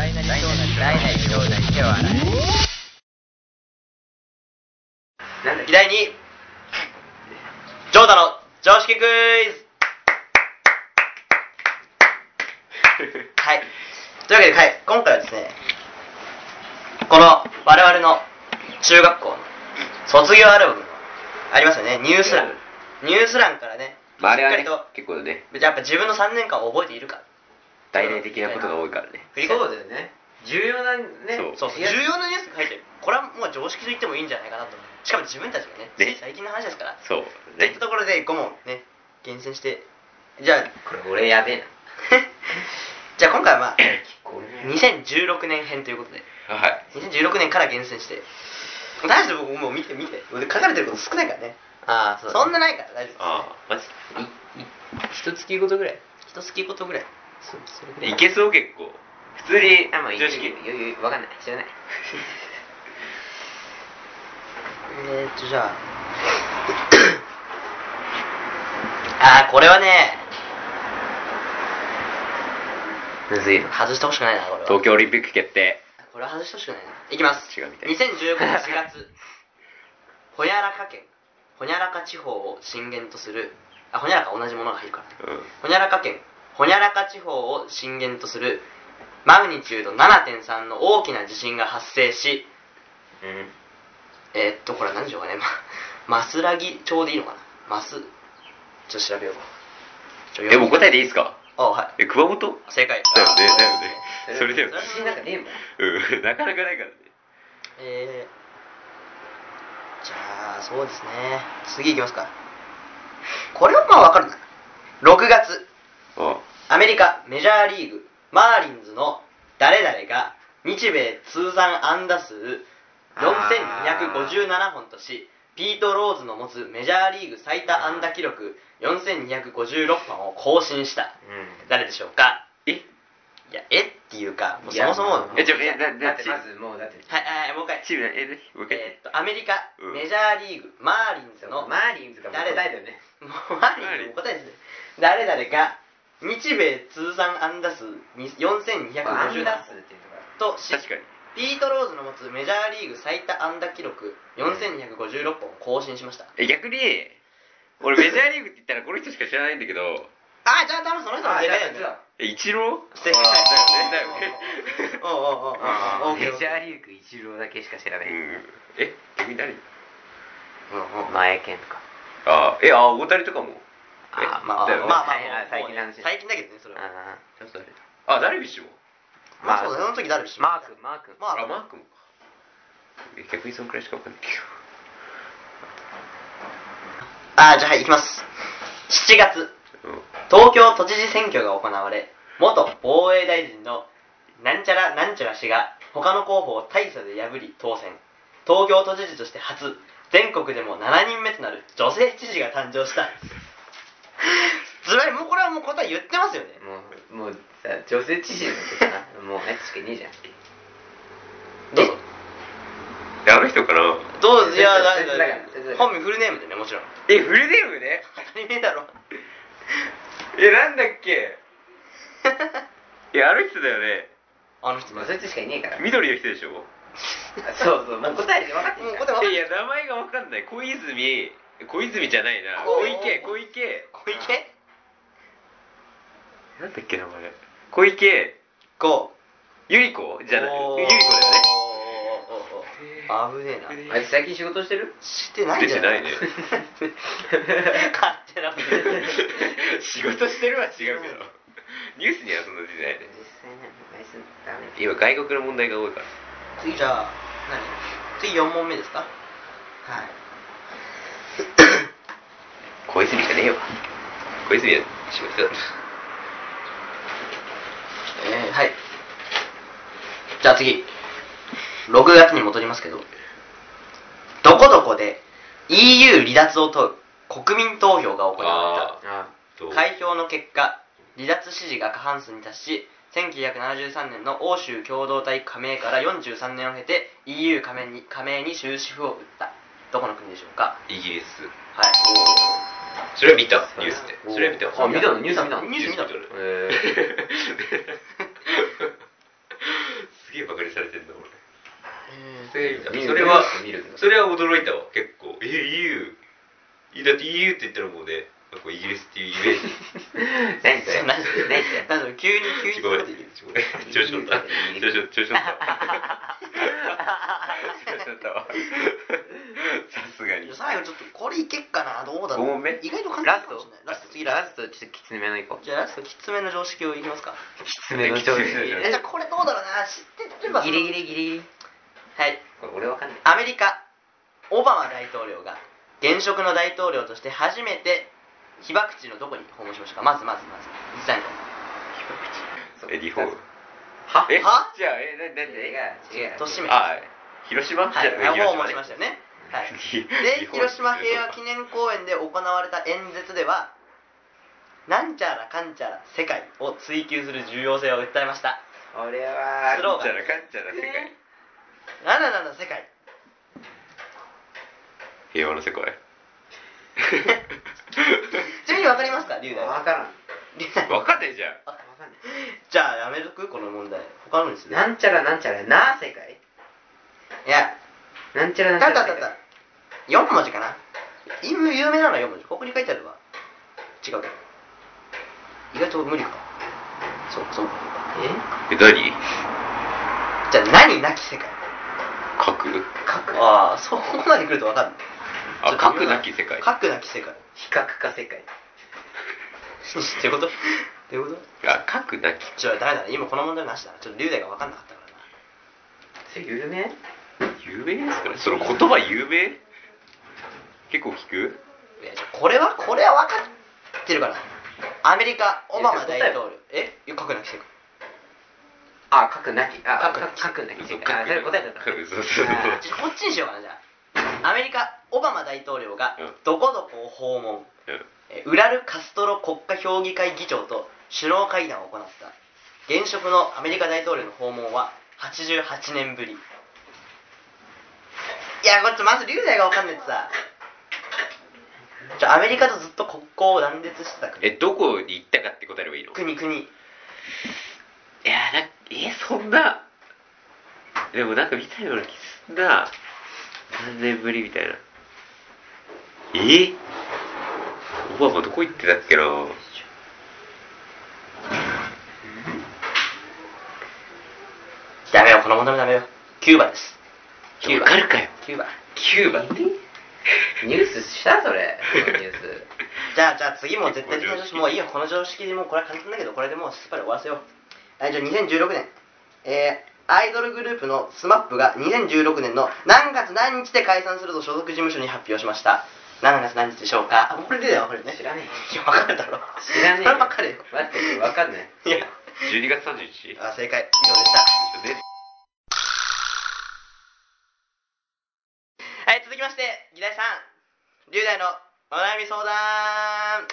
大なり小なり手を洗え。 なんだっけ。 議題2、ジョーダの常識クイズ。はい。というわけで、はい、今回はですね、この我々の中学校の卒業アルバムありますよね、ニュース欄。ニュース欄からね、 まあ、あれはねしっかりと、 結構ね、 やっぱ自分の3年間を覚えているか。 大々的なことが多いからね。 そうだよね。重要なね。 そう重要なニュースが書いてる。これはもう常識と言ってもいいんじゃないかなと。しかも自分たちがね、最近の話ですから。 そう。 といったところで5問ね、厳選して、じゃあ、 これ俺やべえな。 じゃあ今回はまあ、2016年編ということで、 はい。 2016年から厳選して、大丈夫、僕もう見て、書かれてること少ないからね。 ああ、そう、 そんなないから大丈夫です。 ああ、マジ一月ごとぐらい。 一月ごとぐらい。 それぐらい。 いけそう結構。普通にあ、まあ、 常識。 わかんない。知らない。 じゃあ。これはね、 むずいの。 外してほしくないな、これは。 東京オリンピック決定。 これは外してほしくないな。いきます。 違うみたい。 2015年4月、ほにゃらか県、ほにゃらか地方を震源とする、ほにゃらか同じものが入るから、ほにゃらか県、ほにゃらか地方を震源とするマグニチュード 7.3 の大きな地震が発生し、これは何でしょうかね、増良木町でいいのかな、ちょっと調べよう。 もう答えていいですか？ はい。 熊本？ 正解。 だよね。それだよ。 地震なんかねえもん。 なかなかないからね。 じゃあ、そうですね。次いきますか。これはまあわかるな。6月、アメリカメジャーリーグマーリンズの誰々が日米通算安打数4257本とし、ピート・ローズの持つメジャーリーグ最多安打記録4256本を更新した。誰でしょうか？いや、っていうか、もうそもそも。 だってまずもうだって。 はい、もう一回。 チームアメリカメジャーリーグマーリンズのマーリンズが答えだよね。 もうマーリンズも答えですね。誰々が日米通算安打数4250とし、ピート・ローズの持つメジャーリーグ最多安打記録4256本を更新しました。 逆に俺メジャーリーグって言ったらこの人しか知らないんだけど、 じゃあ多分その人の正解だよね。 イチロー？ 正解だよね。 メジャーリーグイチローだけしか知らない。 逆に誰？ 前健とか。 大谷とかも。 最近だけどね、それは。 ダルビッシュも。 そうだ、その時ダルビッシュ。 マー君。 マー君もか。逆にそのくらいしか分かんないけど。 じゃあ、いきます。7月、東京都知事選挙が行われ、元防衛大臣のなんちゃらなんちゃら氏が他の候補を大差で破り当選。東京都知事として初、全国でも7人目となる女性知事が誕生した。つまりもうこれはもう答え言ってますよね。 もうさ、女性知事の時かな。もうあいつしかいねえじゃん。 どうぞ。 あの人かな。 いや、本名フルネームでね、もちろん。 フルネームね。 当たり前だろ。 なんだっけ。あの人だよね。 そいつしかいねえから。 緑の人でしょ。 そう、もう答えで分かってんじゃん。 名前が分かんない。小泉じゃないな。小池。なんだっけ名前。小池。ゆり子じゃない。ゆり子だよね。 危ねえな。 あいつ最近仕事してる？ してないんじゃない？ ね。 勝手なこと言う。 仕事してるは違うけど、ニュースにはそんな出てないね。今外国の問題が多いから。 次じゃあ次4問目ですか？はい。 小泉じゃねえわ。小泉は仕事だった。 はい。じゃあ次6月に戻りますけど、どこどこで EU 離脱を問う国民投票が行われた。開票の結果、離脱支持が過半数に達し、1973年の欧州共同体加盟から43年を経て EU 加盟に終止符を打った。どこの国でしょうか？ イギリス。 はい。 それは見たニュースで。それは見た。 見たの？ニュース見たの？ ニュース見た。 それは驚いたわ結構。EU だって EU って言ったらもうね、こうイギリスっていうイメージ。 何それ何それ急にごめん調子乗ったわさすがに。 最後ちょっとこれいけっかな、どうだろう。 5問目意外と簡単かもしれない。ラスト次ラストちょっときつめのいこう。 じゃあラストきつめの常識をいきますか。 きつめの常識。 じゃあこれどうだろうな、知ってればギリギリ。 はい。 これ俺わかんない。 アメリカオバマ大統領が現職の大統領として初めて被爆地のどこに訪問しましたか。まず実際にリフォームはじゃあ違う都市名広島はい、訪問しましたよね。はい、で広島平和記念公園で行われた演説ではなんちゃらかんちゃら世界を追求する重要性を訴えました。 俺はスローガンかんちゃら世界なんだ世界平和の世界ちなみに分かりますか龍大。 分からん。 分かんないじゃん。 じゃあやめとくこの問題。他のにする。 なんちゃらな世界。 いやなんちゃらた4文字かな。有名なのは4文字。ここに書いてあるわ。違うけど意外と無理か。そう何じゃあ何なき世界。 核ああ、そこまで来ると分かんない。 核なき世界。 核なき世界。 非核化世界。 ってこと核なき。 じゃあダメだね。今この問題なしだな。ちょっと龍大が分かんなかったからな。 それ有名ですかね。その言葉有名？結構聞く？ いやこれは分かってるかな。アメリカオバマ大統領核なき世界。 核なき世界。それ答えだった。 こっちにしようかな。じゃあアメリカオバマ大統領がどこどこを訪問、ウラル・カストロ国家評議会議長と首脳会談を行った。現職のアメリカ大統領の訪問は88年ぶり。いやこっちまず龍大が分かんないってさ。アメリカとずっと国交を断絶してた国。 どこに行ったかって答えればいいの？ 国。 いやそんなでもなんか見たような気すんな。何年ぶりみたいな。オバマどこ行ってたっけな。 ダメよ、この問題もダメよ。キューバです。 わかるかよ。 キューバニュースしたそれ。このニュース。 じゃあ次も絶対的な常識。もういいよ、この常識でもうこれは簡単だけど、これでもうすっぱり終わらせよう。はい、じゃあ2016年アイドルグループの SMAP が2016年の何月何日で解散すると所属事務所に発表しました。何月何日でしょうか。これで分かるね。 知らねえ。 いや分かるだろ。 知らねえ。 それ分かるよ。 待って、分かんない。 いや 12月31日。 正解。以上でした。はい、続きまして議題さん、龍大のお悩み相談。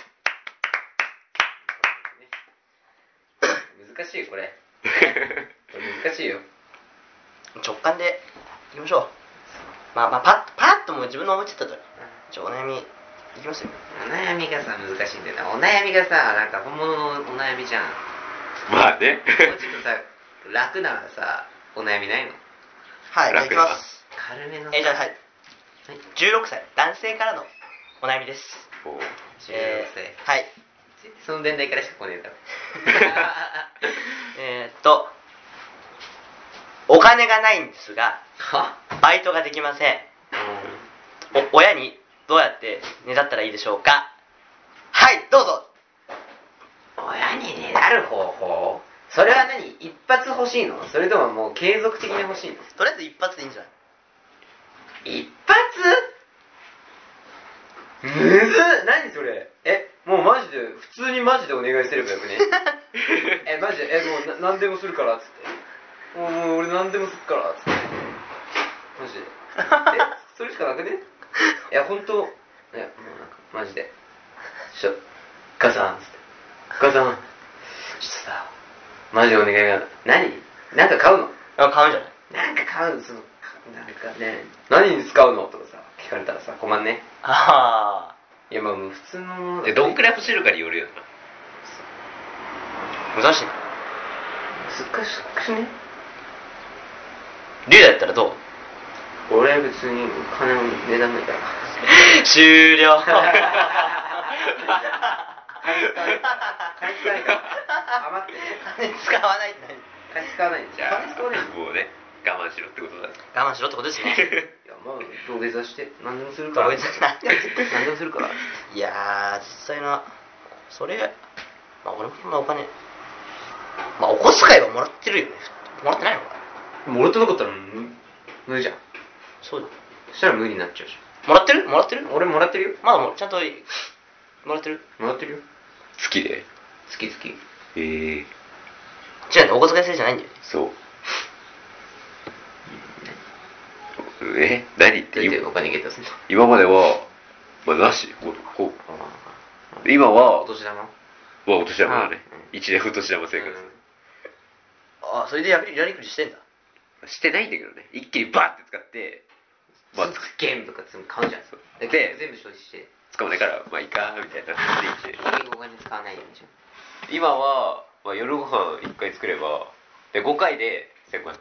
難しいよこれ。難しいよ。 直感でいきましょう。パッともう自分の思いついたとお悩みいきますよ。 お悩みがさ難しいんだよな。お悩みがさなんか本物のお悩みじゃん。 まあね。 もうちょっとさ楽なさお悩みないの？ はい、いきます。 軽めのじゃあはい16歳男性からのお悩みです。 16歳。 はい。 その年代からしか来ねえだろ。 お金がないんですがはバイトができません。親にどうやってねだったらいいでしょうか。はいどうぞ。 親にねだる方法。それは何？一発欲しいの？それとももう継続的に欲しいの？ とりあえず一発でいいんじゃない？ 一発？むずっ。何それ。もうマジで普通にマジでお願いすればよくね。マジでもう何でもするからっつって。もう俺何でもするからっつって。マジで。それしかなくね？いや本当。いやもうなんかマジで。母さんっつって。母さんちょっとさマジでお願いが。なんか買うの？ 買うんじゃない？ なんか買うの。なんかね何に使うのとかさ聞かれたらさ困んね。いやまあもう普通のものどんくらい欲しいのかによるよな。 難しいな。 難しくね。 龍大だったらどう？ 俺別に金の値段ないから終了金使わないから余ってね金使わないって何？ 金使わないんですよじゃあ金使わないんですよもうね我慢しろってことだ。 我慢しろってことですね。 いやまあ土下座して何でもするから土下座何でもするからいやー、実際な、それ、まあ俺もそんなお金、まあお小遣いはもらってるよね。もらってないのかな？ もらってなかったら無理じゃんそうだ。 そしたら無理になっちゃうじもらってる？もらってる？ ゃん俺もらってるよまだちゃんと、もらってる？ もらってるよ好きで。 月々 ええ違うね、お小遣い制じゃないんだよね。 そう。何ってどうやってお金ゲットするの今までは、まあ、なし。こう今は、 お年玉まあ、お年玉だねあ。 一年お年玉生活。 あ、それでやりくりしてんだ。 してないんだけどね。一気にバーって使って、まあ、 ゲームとか買うじゃんで全部消費して使わないから、まあいいか、みたいな感じで。 結局お金使わないんでしょ今は、まあ、夜ご飯1回作れば、で、5回で1500円。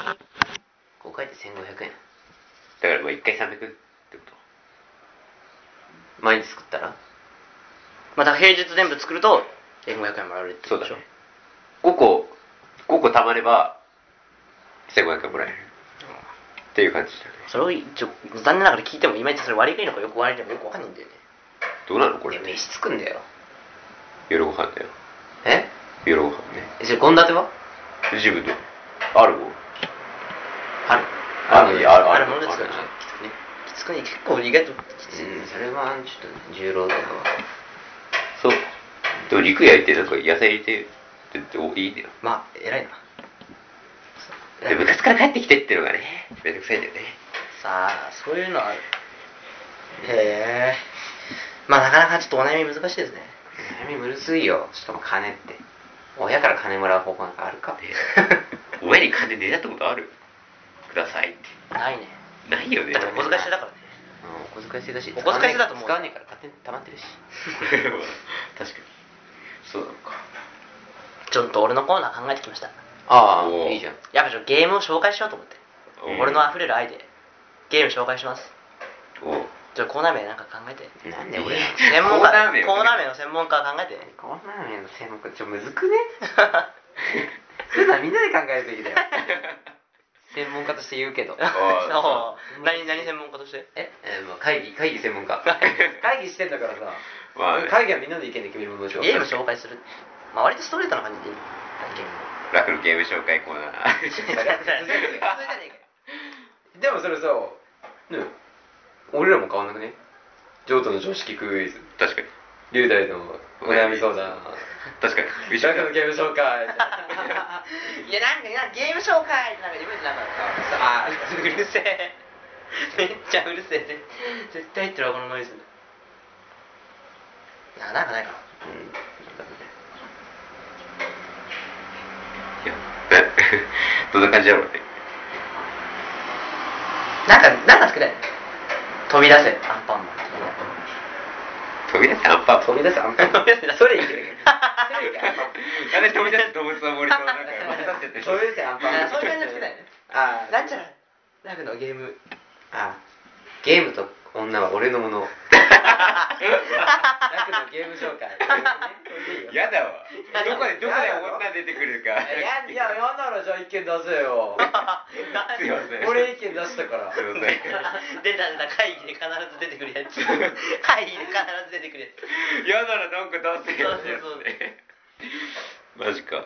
5回で1500円だからまあ1回300ってこと。 毎日作ったらまた平日全部作ると、1500円もらえるってことでしょ。 そうだね。5個貯まれば1500円もらえるっていう感じだね。 それを残念ながら聞いてもいまいちそれ割りがいいのかよく割りがいいのかよくわかんないんだよね。 どうなのこれ。 飯つくんだよ夜ご飯だよ。 え夜ご飯ね。 じゃあ献立は自分であるもん。 あるあるものですからね。きつくね。結構意外ときつい。 それはちょっと重労働だわそう。でも肉焼いてなんか野菜入れてっていいんだよ。 まあ、偉いな。 で部活から帰ってきてってのがね、めんどくさいんだよね。 さあ、そういうのある。へえ。まあ、なかなかちょっとお悩み難しいですね。 悩みむずいよしかも金って親から金もらう方法なんかあるか親に金ねだったことある？くださいってないね。 ないよね。 だってお小遣い制だからね。 お小遣い制だしお小遣い制だと思う使わねえから勝手に溜まってるし確かにそうなのか。 ちょっと俺のコーナー考えてきました。 あおーいいじゃんやっぱゲームを紹介しようと思って。俺の溢れる愛でゲーム紹介します。 おコーナー名なんか考えて。 なんで俺専門家、 コーナー名コーナー名の専門家考えて。 コーナー名の専門家むずくねそういうのはみんなで考えるべきだよ専門家として言うけどそう何専門家としてまあ会議専門家会議してんだからさ、 まあね会議はみんなの意見で決めるものでしょゲーム紹介する。まあ割とストレートな感じでいい。ゲーム楽のゲーム紹介コーナー。 普通じゃねえかよ。 でもそれさね俺らも変わんなくね譲渡の常識クイズ確かに。 龍大のお悩み相談確かに。 楽のゲーム紹介いやなんかゲーム紹介ってなんか自分でなんかあうるせえ。めっちゃうるせえ。絶対言ってるわこのノイズ。いやなんかないかな。 いや、どんな感じだろうね。 なんか作れ。飛び出せアンパンマン。 飛び出せアンパン。 飛び出すアンパン飛び出せそれいけるそれいけるあれ飛び出す動物の森となんか混ざっちゃってる。 飛び出せアンパンマンそういう感じで作りたいね。 あなんちゃらラグのゲーム。 ゲームと女は俺のもの楽のゲーム紹介やだわ。どこで女出てくるか。 いやならじゃあ意見出せよすいません。 俺意見出したからすいません。 出た会議で必ず出てくるやつ。会議で必ず出てくるやつ。 やならなんか出せよってやそうつね。マジか。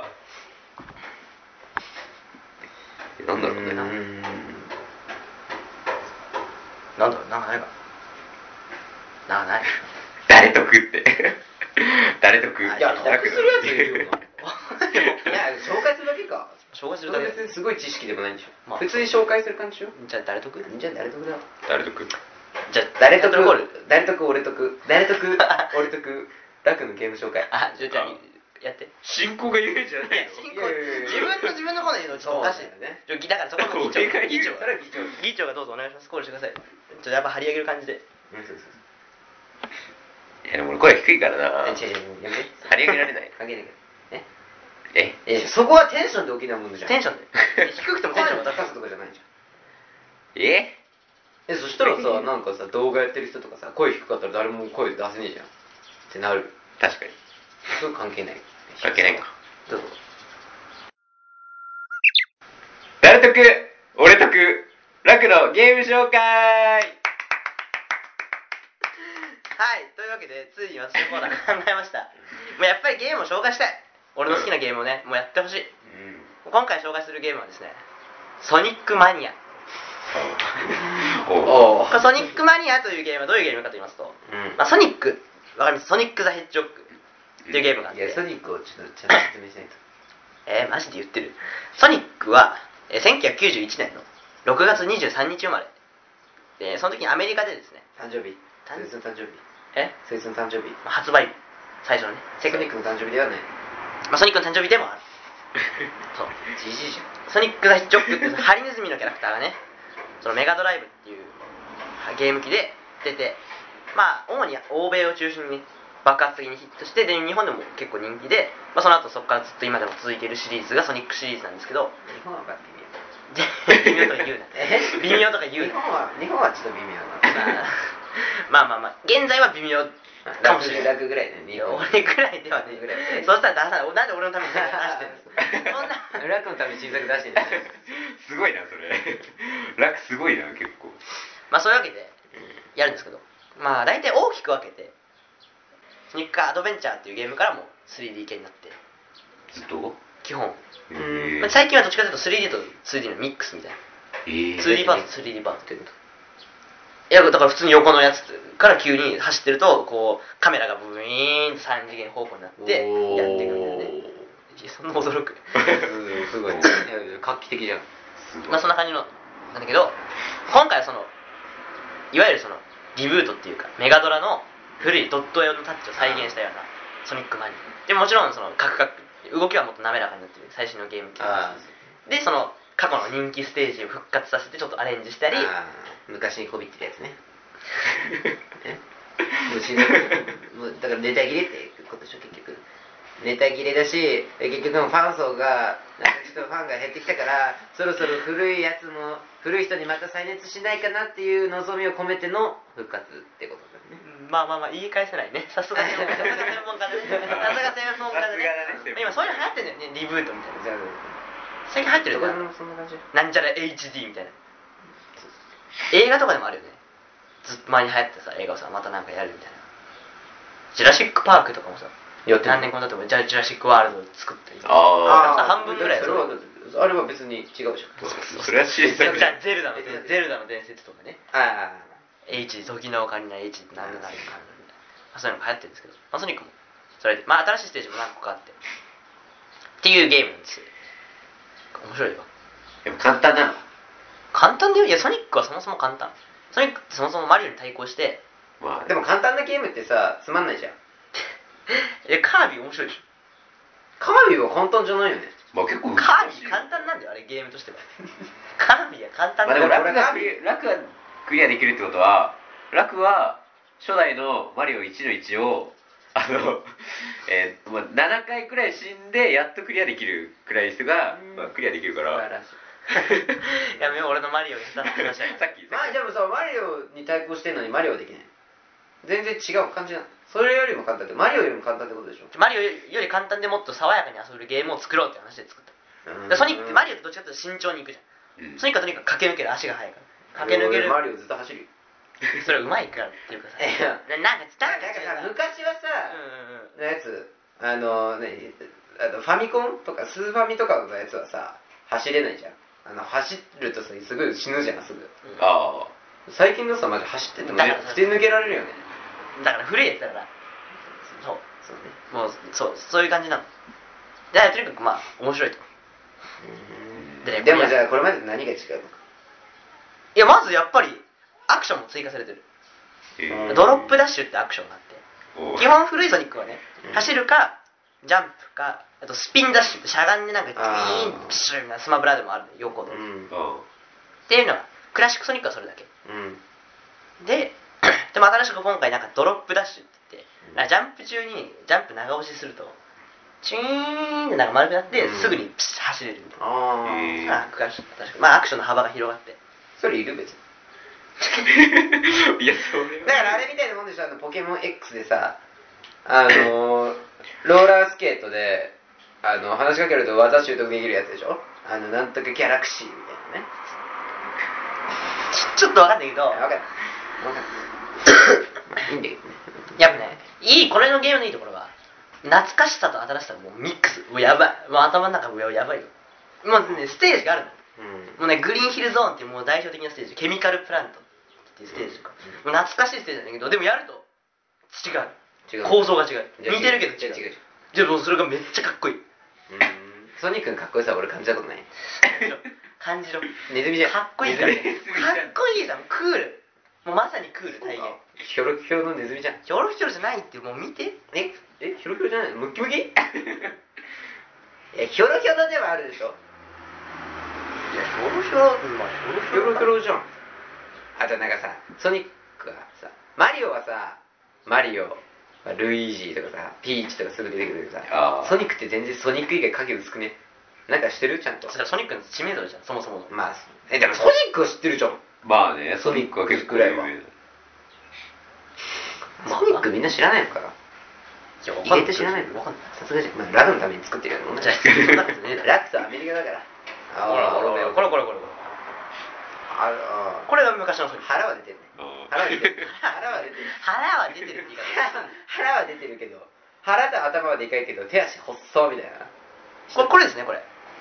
なんだろうね。 なんだろうなんかないか。なんかない。 誰得って誰得。 いや得するやついるよないや紹介するだけか紹介するだけ別にすごい知識でもないんでしょ、 まあ普通に紹介する感じでしょじゃあ誰得じゃあ誰得だ誰得。 じゃあ誰得タイトルコール。 誰得俺得誰得俺得楽のゲーム紹介じゃあやって進行が言うんじゃないの。 進行自分のこと言うのちょっとおかしいそうだよねだからそこの議長俺が言う議長それは議長がどうぞお願いします。コールしてください。ちょっとやっぱ張り上げる感じで。 いやでも俺声低いからな。 やめて張り上げられない。 関係ないけどえそこはテンションで起きないものじゃんテンションで低くてもテンションが声の高い。 高さとかじゃないじゃんそしたらさ、なんかさ、動画やってる人とかさ、声低かったら誰も声出せねえじゃんってなる。 確かに。 そう関係ない。 関係ないか。 どうぞ。 誰得俺得楽のゲーム紹介。 はい、というわけでついに私のコーナー考えました。もうやっぱりゲームを紹介したい。俺の好きなゲームをね、もうやってほしい。今回紹介するゲームはですね、ソニックマニア。 おこれソニックマニアというゲームはどういうゲームかと言いますと、まあ、ソニック、わかります？ソニック・ザ・ヘッジホッグっていうゲームがあって、 いや、ソニックをちょっとちゃんと説明しないと。 マジで言ってる。ソニックは、1991年の6月23日生まれで、その時にアメリカでですね、 誕生日。そいつの誕生日。そいつの誕生日。 まあ発売最初のね、 ソニックの誕生日ではない。 まあ、ソニックの誕生日でもある。そうじじいじゃん。 ソニック・ザ・ヘッジホッグっていうハリネズミのキャラクターがね、そのメガドライブっていうゲーム機で出て、まあ主に欧米を中心に、ね、爆発的にヒットして、で日本でも結構人気で、まあ、その後そこからずっと今でも続いているシリーズがソニックシリーズなんですけど、 日本は微妙。 微妙とか言うな。微妙とか言うな。 日本はちょっと微妙な。 まあ現在は微妙かもしれない。 楽ぐらいね。 いや俺ぐらいではね。そしたら出さない。なんで俺のために新作出してるんですか。そんな楽のために新作出してるんだよ。 すごいなそれ。楽すごいな結構。 まあそういうわけでやるんですけど、まあ大体大きく分けて、ソニックアドベンチャーっていうゲームからも 3D 系になって、 ずっと基本。 へまあ最近はどっちかというと 3D と 2D のミックスみたいな。2D パートと 3D パートっていうこと。いやだから普通に横のやつから急に走ってるとこうカメラがブイーンと3次元方向になってやっていくんだよね。いやそんな驚く。 すごいね。画期的じゃん。 まあそんな感じのなんだけど、今回はそのいわゆるそのリブートっていうかメガドラの古いドット絵のタッチを再現したようなソニックマニアで、もちろんそのカクカク動きはもっと滑らかになってる最新のゲーム機で、その過去の人気ステージを復活させてちょっとアレンジしたり、 昔にこびってるやつね。もうだからネタ切れってことでしょ結局。ネタ切れだし、結局ファン層がなんかちょっとファンが減ってきたから、そろそろ古いやつも古い人にまた再熱しないかなっていう望みを込めての復活ってことだね。 まあ言い返せないね。さすが専門家でね。さすが専門家でね。今そういうの流行ってんだよね、リブートみたいな。 じゃあ最近流行ってるどこよね。 でもそんな感じ。 なんちゃら HD みたいな。映画とかでもあるよね。ずっと前に流行ってさ映画をさまたなんかやるみたいな。ジュラシックパークとかもさ、何年後だってもジュラシックワールドを作ってる。半分ぐらいあれは別に違うじゃん。 それは小さい。 ゼルダの伝説とかね。H 時のオカリナ H って何でなるかみたいな、そういうのが流行ってるんですけど、まあ、ソニックもそれで、まあ新しいステージも何個かあってっていうゲームなんですよ。面白いよ。 やっぱ簡単なの？ 簡単だよ。いやソニックはそもそも簡単。ソニックってそもそもマリオに対抗して、 まあでも簡単なゲームってさつまんないじゃん。 カービィ面白いでしょ。 カービィは簡単じゃないよね。 まあ結構カービィ簡単なんだよあれゲームとしては。カービィは簡単まあでもだよ。 楽はクリアできるってことは、楽は初代のマリオ1の1をまあ、7回くらい死んでやっとクリアできるくらいの人が、まあ、クリアできるからやめよう俺のマリオにした話さっきまあでもさマリオに対抗してんのにマリオはできない。全然違う感じなの。それよりも簡単ってマリオよりも簡単ってことでしょ。 マリオより簡単でもっと爽やかに遊べるゲームを作ろうって話で作った。ソニックマリオってどっちかというと慎重にいくじゃん。ソニックはとにかく駆け抜ける、足が速いから駆け抜ける。 マリオずっと走るよ。 それうまいからっていうかさ、なんかさ昔はさ、のやつファミコンとかスーファミとかのやつはさ走れないじゃん。走るとさすぐ死ぬじゃんすぐ。最近のさマジ走ってても普通に抜けられるよね。 だから古いやつだから。 そうね。 もうそういう感じなの。でとにかくまあ面白いと。 でもじゃあこれまでと何が違うのか。 いやまずやっぱりアクションも追加されてる。ドロップダッシュってアクションがあって、基本古いソニックはね、走るかジャンプか、あとスピンダッシュってしゃがんでなんかピーンピシューなスマブラでもあるね、横で、っていうのがクラシックソニックはそれだけ、でも新しく今回なんかドロップダッシュって言って、ジャンプ中にジャンプ長押しするとチューンってなんか丸くなって、すぐにピシッ走れるみたいな。確かまあアクションの幅が広がって。 それいる別に。 いや、それだからあれみたいなもんでしょ、ポケモン X でさ、ローラースケートで、話しかけると技習得できるやつでしょ、なんとかギャラクシーみたいなね。 ちょっと分かんないけど、 わかんない。まあいいんだけどね。 やっぱね、これのゲームのいいところは、懐かしさと新しさのもうミックス。もうやばい。もう頭の中もやばいよ。もうね、ステージがあるの。もうね、グリーンヒルゾーンっていうもう代表的なステージ、ケミカルプラントっていうステージとか、もう懐かしいステージなんだけど、でもやると違う。構造が違う。似てるけど違う。 違う。 でもそれがめっちゃかっこいい。 ソニックのかっこよさは俺感じたことない。 感じろ。 ネズミじゃん。 かっこいいから。かっネズミこいいじゃん。クール。もうまさにクール体現。 ヒョロヒョロのネズミじゃん。 ヒョロヒョロじゃないって、もう見て。 ヒョロヒョロじゃないの？ムッキムキ？ヒョロヒョロではあるでしょ。 いや、ヒョロヒョロ、まあ、 ヒョロヒョロじゃん。あとなんかさ、ソニックはさ、マリオはさ、マリオ、ルイージとかさ、ピーチとかすぐ出てくるけどさ、ソニックって全然ソニック以外影薄くね。なんかしてるちゃんと。 それはソニックの知名度じゃん、そもそもの。 まあ、でもソニックは知ってるじゃん。 まあね、ソニックは結構有名だ。 ソニックみんな知らないのかな。意外と知らないの。 わかんない。 さすがじゃん。まあ、ラグのために作ってるよね。 じゃあ、そんなことねえだろ。 ラクスはアメリカだから。 ほら、これ。これが昔のソニック。 腹は出てるね。腹は出てる。 腹は出てるって言い方。 腹は出てるけど、腹と頭はでかいけど、手足細そうみたいな。 これですね、これ。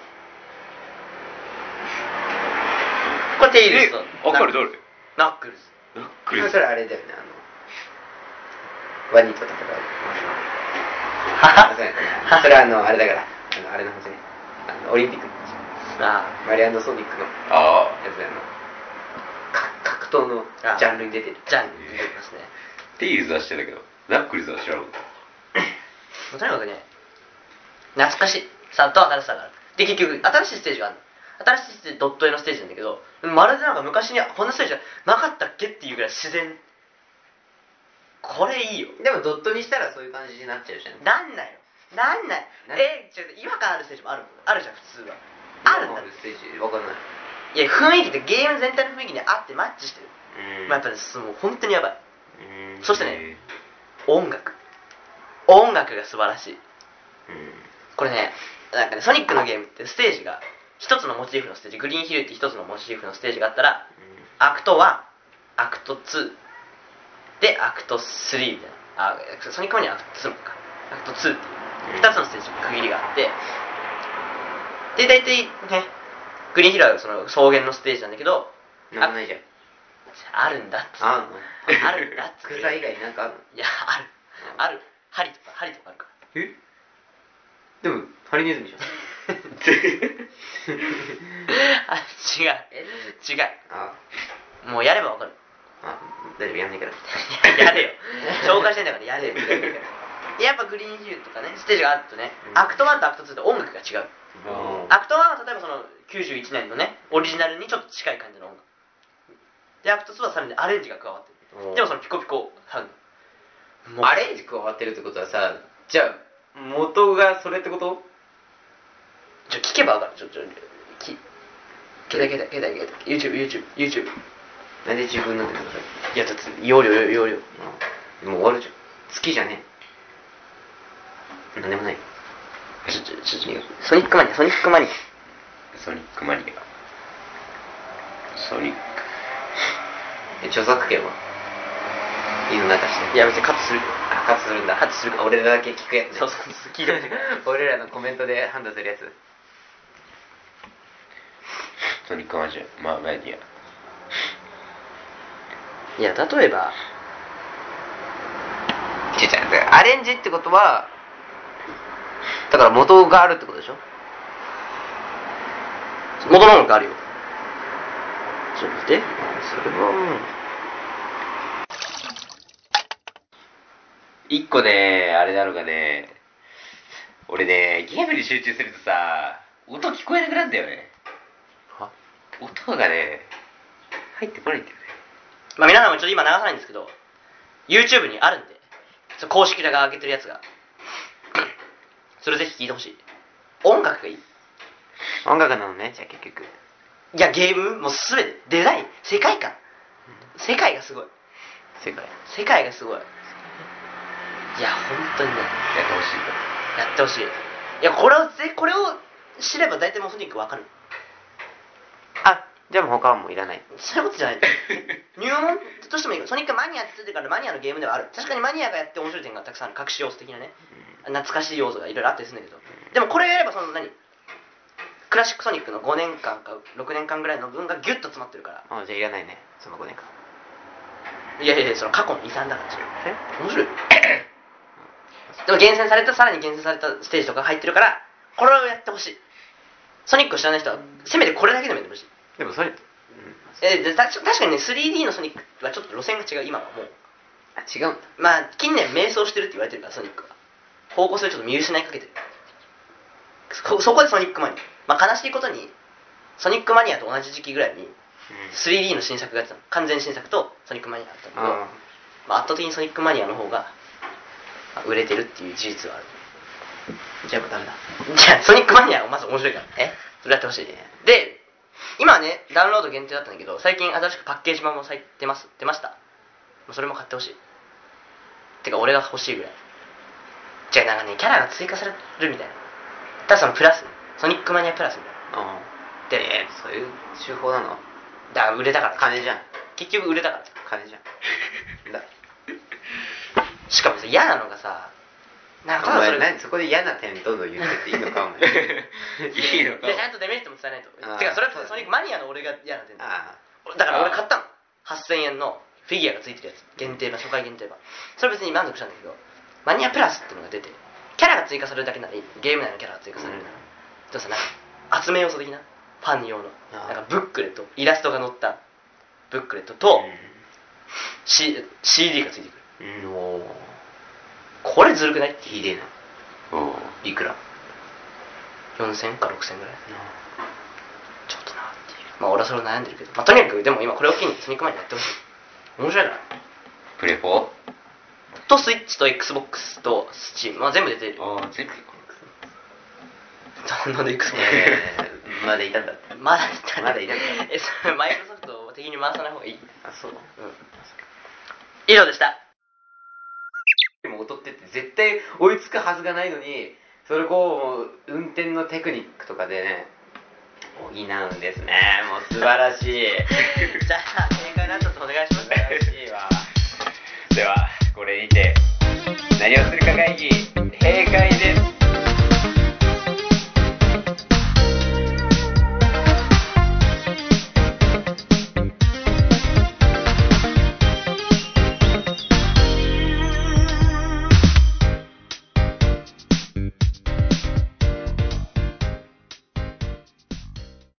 これテイルズと。 あ、これどれ？ ナックルズ。 それあれだよね、ワニと戦う。それはあれだから、あれの話ね。オリンピックの話。マリアンドソニックのやつで格闘のジャンルに出てる。 ジャンルに出てますね。 テイルズはしてたけど、ナックルズは知らんかった。 とにかくね、懐かしさと新しさがある。で、結局、新しいステージがあるの。新しいステージ、ドット絵のステージなんだけど、まるでなんか昔にこんなステージじゃなかったっけっていうぐらい自然。これいいよ。 でもドットにしたらそういう感じになっちゃうじゃん。 なんないよ。違和感あるステージもあるじゃん、普通は。あるんだ。 ステージわかんない。 いや、雰囲気でゲーム全体の雰囲気に合ってマッチしてる。まあ、やっぱりもう本当にやばい。そしてね、音楽が素晴らしい。これね、なんかね、ソニックのゲームってステージが一つのモチーフのステージ、グリーンヒルって一つのモチーフのステージがあったら、アクト1、アクト2でアクト3みたいな。ソニック1にはアクト2か。アクト2っていう二つのステージ区切りがあって、で、大体ね、グリーンヒルはその草原のステージなんだけど、 なんもないじゃん。 あるんだっつって。 あるんだっつって。 草以外になんかあるの？ いや、ある。針とかあるから。 でも、ハリネズミじゃん。 違う。もうやればわかる。 大丈夫、やんないから。 やれよ。紹介してんだからやれよ。やっぱグリーンヒルとかね、ステージがあるとね、アクト1とアクト2で音楽が違う。アクト1は例えばその91年のね、オリジナルにちょっと近い感じの音楽。で、アクト2はさらにアレンジが加わってる。でもそのピコピコサウンド。 アレンジ加わってるってことはさ、じゃあ、元がそれってこと？ 聞けばわかる。携帯。YouTube。 なんで自分のってください。 いや、だって、容量。 もう終わるじゃん。好きじゃねえ。なんでもない。 ソニックマニア。 著作権はいいの中して。 いや、別にカットする。 カットするんだ。 カットするから。 俺らだけ聞くやつね。 そう、聞いてほしい。 俺らのコメントで判断するやつ。 ソニックマニア。 いや、例えばアレンジってことは、だから元があるってことでしょ？ 元の音楽あるよ。ちょっと待って。 それはもう一個ね、あれなのがね、俺ね、ゲームに集中するとさ、音聞こえなくなるんだよね。音がね、入ってこないんだよね。 まあ皆さんもちょっと今流さないんですけど、YouTube にあるんで、公式が上げてるやつが。それぜひ聞いてほしい。音楽がいい。 音楽なのね、じゃあ結局。 いや、ゲームもうすべて、デザイン、世界観。 世界がすごい。 世界世界がすごい。いや本当にね、 やってほしいと。 やってほしい。いやこれを知れば大体もうソニックわかる。 あ、じゃあもう他はもういらない。 そういうことじゃない。入門としてもいい。ソニックマニアってついてるからマニアのゲームではある。確かにマニアがやって面白い点がたくさんある。隠し要素的なね、懐かしい要素がいろいろあったりするんだけど、でもこれをやればそのクラシックソニックの5年間か6年間ぐらいの分がギュッと詰まってるから。 あ、じゃあいらないね、その5年間。 いやいや、その過去の遺産だからそれ。面白い。でも厳選された、さらに厳選されたステージとかが入ってるから、これをやってほしい。ソニックを知らない人はせめてこれだけでもやってほしい。 でもそれ、 確かにね、 3D のソニックはちょっと路線が違う。今はもう違うんだ。 まあ近年迷走してるって言われてるから、ソニックは方向性をちょっと見失いかけてる。そこでソニックマニア、まあ悲しいことにソニックマニアと同じ時期ぐらいに 3D の新作がやってたの。完全新作とソニックマニアだったんだけど、まあ、圧倒的にソニックマニアの方が売れてるっていう事実はある。 じゃあもうダメだ。 じゃあソニックマニアがまず面白いからそれやってほしい。で今はねダウンロード限定だったんだけど、最近新しくパッケージ版も出ました。それも買ってほしい。てか俺が欲しいぐらい。じゃあなんかね、キャラが追加されるみたいな。ただそのプラスソニックマニアプラスみたいな。で、 そういう手法なの？ だから売れたから。 金じゃん。 結局売れたから。 金じゃん。だ。 しかもさ、嫌なのがさ、なんかお前何そこで嫌な点どんどん言ってていいのかお前。いいのか。 ちゃんとデメリットも伝えないと。てかそれはソニックマニアの俺が嫌な点だ。だから俺買ったの。8000円のフィギュアがついてるやつ、限定版、初回限定版。それ別に満足したんだけど、マニアプラスっていうのが出て、キャラが追加されるだけならいい。ゲーム内のキャラが追加されるなら。でもさ、なんか集め要素的なファン用のなんかブックレット、イラストが載ったブックレットと、CD がついてくる。これずるくない？ ひでえな。いくら ？4000か6000ぐらい。ちょっとなっていう。まあ俺はそれを悩んでるけど、まあとにかくでも今これを機にソニックマニアやってほしい。面白いから。 プレ4 とスイッチと XBOX とスチーム、まあ全部出てる。 全部なんで XBOX まだいたんだって。 まだいたんだ。 それマイクロソフトを敵に回さない方がいい。 あ、そう。 以上でした。 でも劣ってって絶対追いつくはずがないのに、それこう運転のテクニックとかでね補うんですね。もう素晴らしい。 じゃあ正解の後とお願いします。 素晴らしいわ。ではこれにて何をするか会議閉会です。